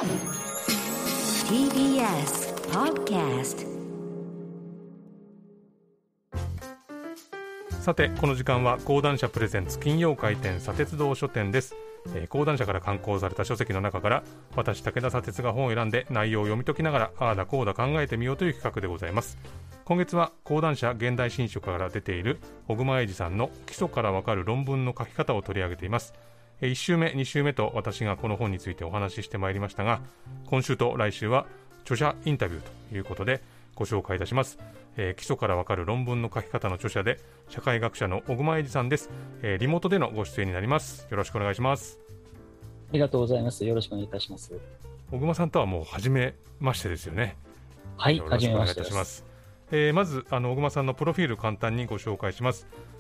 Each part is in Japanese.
TBS Podcast。 さてこの時間は講談社プレゼンツ金曜回転砂鉄道書店です。講談社から刊行された書籍の中から私武田砂鉄が本を選んで内容を読み解きながらああだこうだ考えてみようという企画でございます。今月は講談社現代新書から出ている小熊英二さんの基礎からわかる論文の書き方を取り上げています。1週目2週目と私がこの本についてお話ししてまいりましたが、今週と来週は著者インタビューということでご紹介いたします。基礎からわかる論文の書き方の著者で社会学者の小熊英二さんです。リモートでのご出演になります。よろしくお願いします。 ありがとうございます。よろしくお願いいたします。 小熊さんとはもう初めましてですよね。 はい、 よろしくお願いいたします。まず小熊さんのプロフィール簡単にご紹介します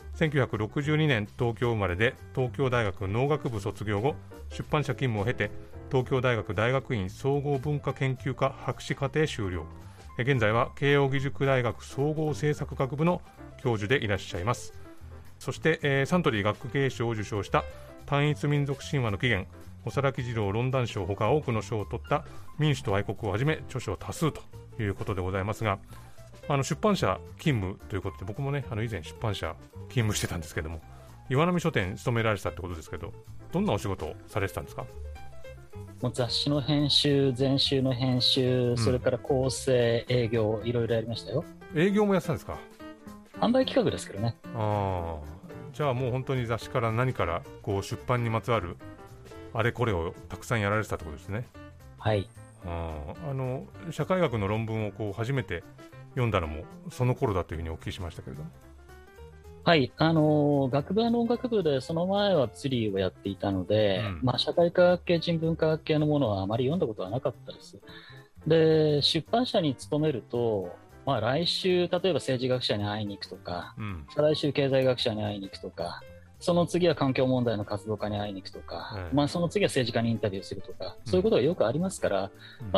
。1962年東京生まれで東京大学農学部卒業後出版社勤務を経て東京大学大学院総合文化研究科博士課程修了。現在は慶應義塾大学総合政策学部の教授でいらっしゃいます。そして、サントリー学芸賞を受賞した単一民族神話の起源、おさらき次郎論壇賞ほか多くの賞を取った民主と愛国をはじめ著書多数ということでございますが、出版社勤務ということで僕もね以前出版社勤務してたんですけども、岩波書店に勤められてたってことですけど、どんなお仕事をされてたんですか？ もう雑誌の編集、全集の編集、それから構成、営業、いろいろやりましたよ。 営業もやってたんですか？ 販売企画ですけどね。 じゃあもう本当に雑誌から何からこう出版にまつわるあれこれをたくさんやられてたってことですね。 はい。 社会学の論文をこう初めて読んだのもその頃だというふうにお聞きしましたけれども。 はい、学部は農学部でその前は釣りをやっていたので、社会科学系人文科学系のものはあまり読んだことはなかったです。で出版社に勤めると、来週例えば政治学者に会いに行くとか、再来週経済学者に会いに行くとか、その次は環境問題の活動家に会いに行くとか、その次は政治家にインタビューするとか、そういうことがよくありますから、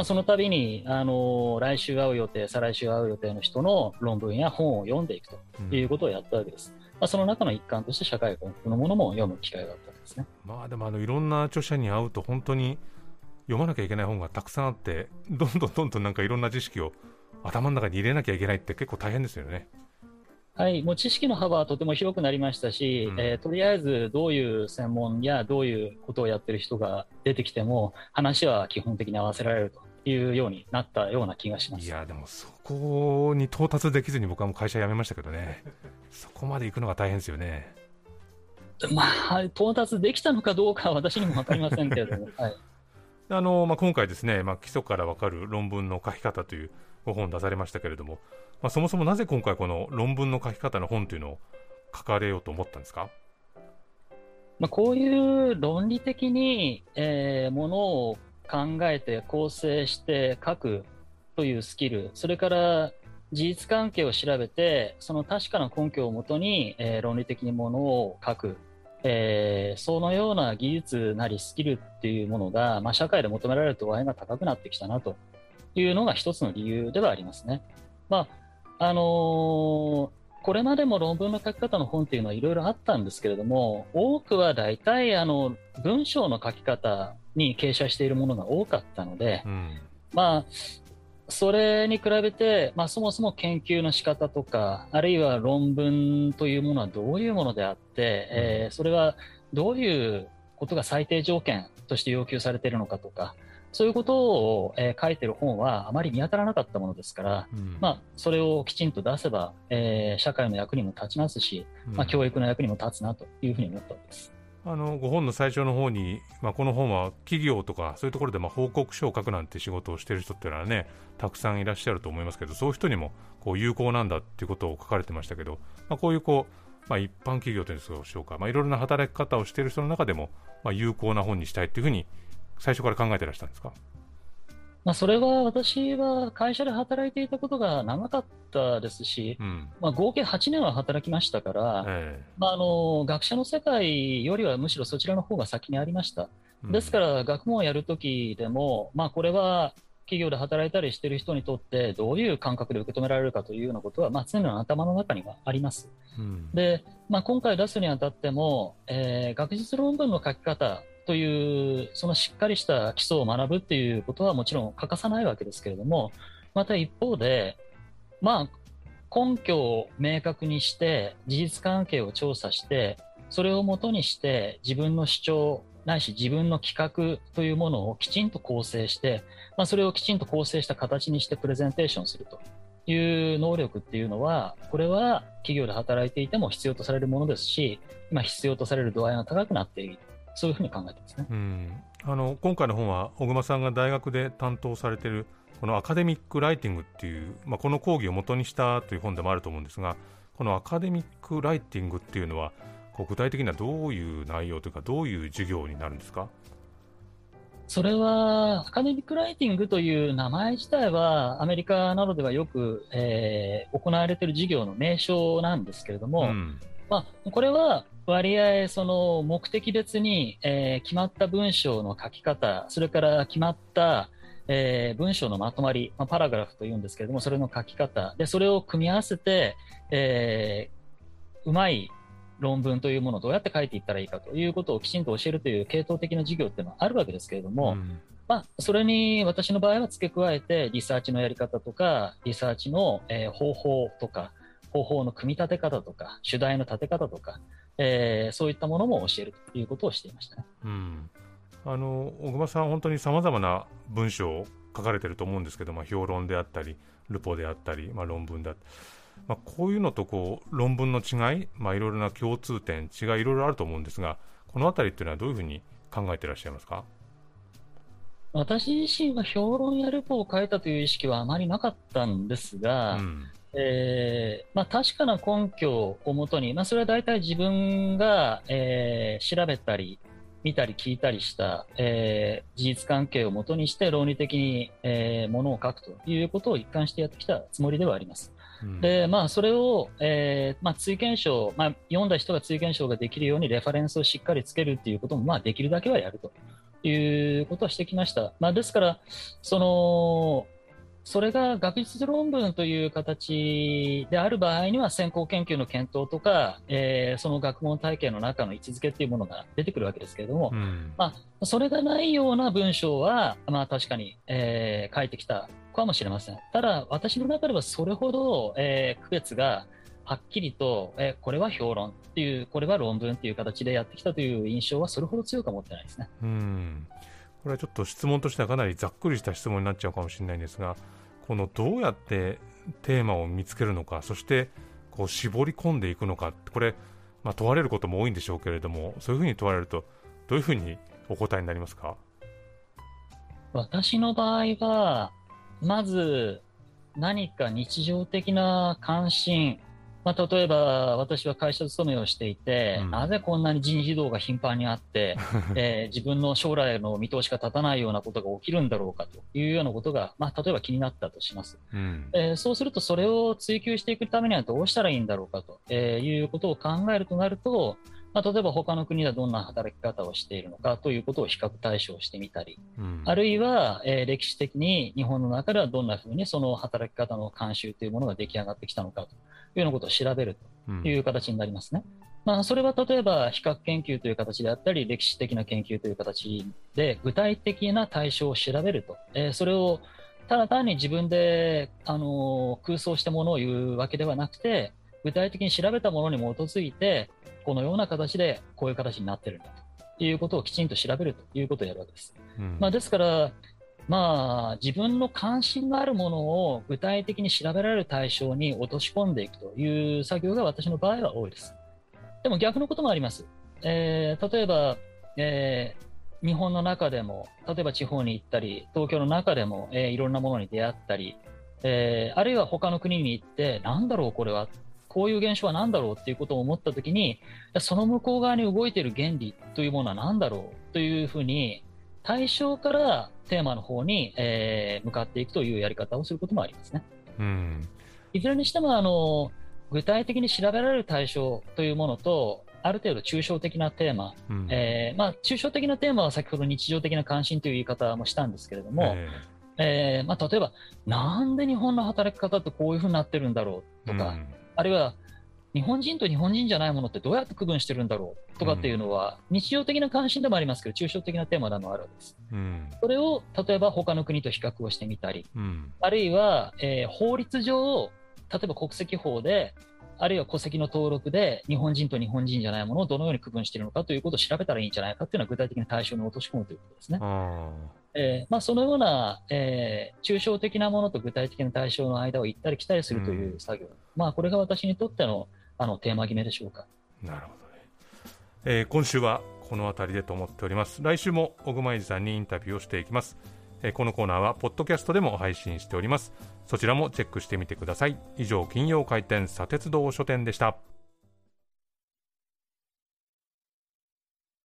その度に来週会う予定、再来週会う予定の人の論文や本を読んでいくということをやったわけです。その中の一環として社会学のものも読む機会があったわけですね。 でもいろんな著者に会うと本当に読まなきゃいけない本がたくさんあって、どんどんなんかいろんな知識を頭の中に入れなきゃいけないって結構大変ですよね。 はい、もう知識の幅はとても広くなりましたし、とりあえずどういう専門やどういうことをやってる人が出てきても話は基本的に合わせられるというようになったような気がします。 いやでもそこに到達できずに僕はもう会社辞めましたけどね。そこまで行くのが大変ですよね。 到達できたのかどうかは私にも分かりませんけれども、はい、 今回ですね、基礎から分かる論文の書き方というご本出されましたけれども、そもそもなぜ今回この論文の書き方の本というのを書かれようと思ったんですか？ こういう論理的に、ものを考えて構成して書くというスキル、それから事実関係を調べてその確かな根拠をもとに、論理的にものを書く、そのような技術なりスキルっていうものが、社会で求められる度合いが高くなってきたなというのが一つの理由ではありますね。これまでも論文の書き方の本っていうのはいろいろあったんですけれども、多くは大体文章の書き方に傾斜しているものが多かったので、それに比べて、そもそも研究の仕方とか、あるいは論文というものはどういうものであって、それはどういうことが最低条件として要求されているのかとか、そういうことを、書いている本はあまり見当たらなかったものですから、それをきちんと出せば、社会の役にも立ちますし、教育の役にも立つなというふうに思ったわけです。 ご本の最初の方に、この本は企業とかそういうところで報告書を書くなんて仕事をしている人っていうのはねたくさんいらっしゃると思いますけど、そういう人にもこう有効なんだっていうことを書かれてましたけど、こういう一般企業というんでしょうか、いろいろな働き方をしている人の中でも、有効な本にしたいっていうふうに最初から考えてらしたんですか？ それは私は会社で働いていたことが長かったですし、合計8年は働きましたから、学者の世界よりはむしろそちらの方が先にありました。ですから学問をやるときでも、これは企業で働いたりしている人にとってどういう感覚で受け止められるかというようなことは、常の頭の中にはあります。で、今回出すにあたっても、学術論文の書き方というそのしっかりした基礎を学ぶっていうことはもちろん欠かさないわけですけれども、また一方で、根拠を明確にして事実関係を調査して、それをもとにして自分の主張ないし自分の企画というものをきちんと構成して、それをきちんと構成した形にしてプレゼンテーションするという能力っていうのは、これは企業で働いていても必要とされるものですし、今必要とされる度合いが高くなっている、そういうふうに考えてますね。 今回の本は小熊さんが大学で担当されているこのアカデミックライティングっていう、この講義を元にしたという本でもあると思うんですが、このアカデミックライティングっていうのは具体的にはどういう内容というか、どういう授業になるんですか？ それはアカデミックライティングという名前自体はアメリカなどではよく、行われている授業の名称なんですけれども、これは割合その目的別に、決まった文章の書き方、それから決まった、文章のまとまり、パラグラフというんですけれども、それの書き方で、それを組み合わせて、うまい論文というものをどうやって書いていったらいいかということをきちんと教えるという系統的な授業っていうのはあるわけですけれども、それに私の場合は付け加えてリサーチのやり方とか、リサーチの、方法とか、方法の組み立て方とか、主題の立て方とか、そういったものも教えるということをしていましたね。 小熊さん、本当にさまざまな文章を書かれていると思うんですけど、評論であったりルポであったり、論文であったり、こういうのと論文の違い、いろいろな共通点、違いいろいろあると思うんですが、このあたりっていうのはどういうふうに考えていらっしゃいますか？ 私自身は評論やルポを書いたという意識はあまりなかったんですが、確かな根拠をもとに、それは大体自分が、調べたり見たり聞いたりした、事実関係をもとにして論理的に、ものを書くということを一貫してやってきたつもりではあります。でそれを、追検証、読んだ人が追検証ができるようにレファレンスをしっかりつけるということも、できるだけはやるということはしてきました。ですからそれが学術論文という形である場合には先行研究の検討とか、その学問体系の中の位置づけというものが出てくるわけですけれども、それがないような文章は、確かに、書いてきたかもしれません。ただ私の中ではそれほど、区別がはっきりと、これは評論っていう、これは論文っていう形でやってきたという印象はそれほど強くは持ってないですね。 これはちょっと質問としてはかなりざっくりした質問になっちゃうかもしれないんですが、どうやってテーマを見つけるのか、そして絞り込んでいくのか、これ、問われることも多いんでしょうけれども、そういうふうに問われるとどういうふうにお答えになりますか？ 私の場合はまず何か日常的な関心、例えば私は会社勤めをしていて、なぜこんなに人事異動が頻繁にあって、自分の将来の見通しが立たないようなことが起きるんだろうかというようなことが、例えば気になったとします。そうするとそれを追求していくためにはどうしたらいいんだろうかということを考えるとなると、例えば他の国ではどんな働き方をしているのかということを比較対象してみたり、あるいは、歴史的に日本の中ではどんなふうにその働き方の慣習というものが出来上がってきたのかというようなことを調べるという形になりますね。それは例えば比較研究という形であったり、歴史的な研究という形で具体的な対象を調べると、それをただ単に自分で空想したものを言うわけではなくて、具体的に調べたものに基づいてこのような形でこういう形になっているんだということをきちんと調べるということをやるわけです。ですから自分の関心のあるものを具体的に調べられる対象に落とし込んでいくという作業が私の場合は多いです。でも逆のこともあります。例えば、日本の中でも例えば地方に行ったり、東京の中でも、いろんなものに出会ったり、あるいは他の国に行ってなんだろうこれは、こういう現象は何だろうということを思ったときに、その向こう側に動いている原理というものは何だろうというふうに対象からテーマの方に、向かっていくというやり方をすることもありますね。いずれにしても具体的に調べられる対象というものと、ある程度抽象的なテーマ、抽象的なテーマは先ほど日常的な関心という言い方もしたんですけれども、例えばなんで日本の働き方ってこういうふうになってるんだろうとか、あるいは日本人と日本人じゃないものってどうやって区分してるんだろうとかっていうのは、日常的な関心でもありますけど、抽象的なテーマでもあるわけです。それを例えば他の国と比較をしてみたり、あるいは、法律上、例えば国籍法で、あるいは戸籍の登録で日本人と日本人じゃないものをどのように区分しているのかということを調べたらいいんじゃないかというのは具体的な対象に落とし込むということですね。そのような、抽象的なものと具体的な対象の間を行ったり来たりするという作業、これが私にとってのテーマ決めでしょうか。 なるほどね。今週はこの辺りでと思っております。来週も小熊英二さんにインタビューをしていきます。このコーナーはポッドキャストでも配信しております。そちらもチェックしてみてください。以上、金曜回転砂鉄道書店でした。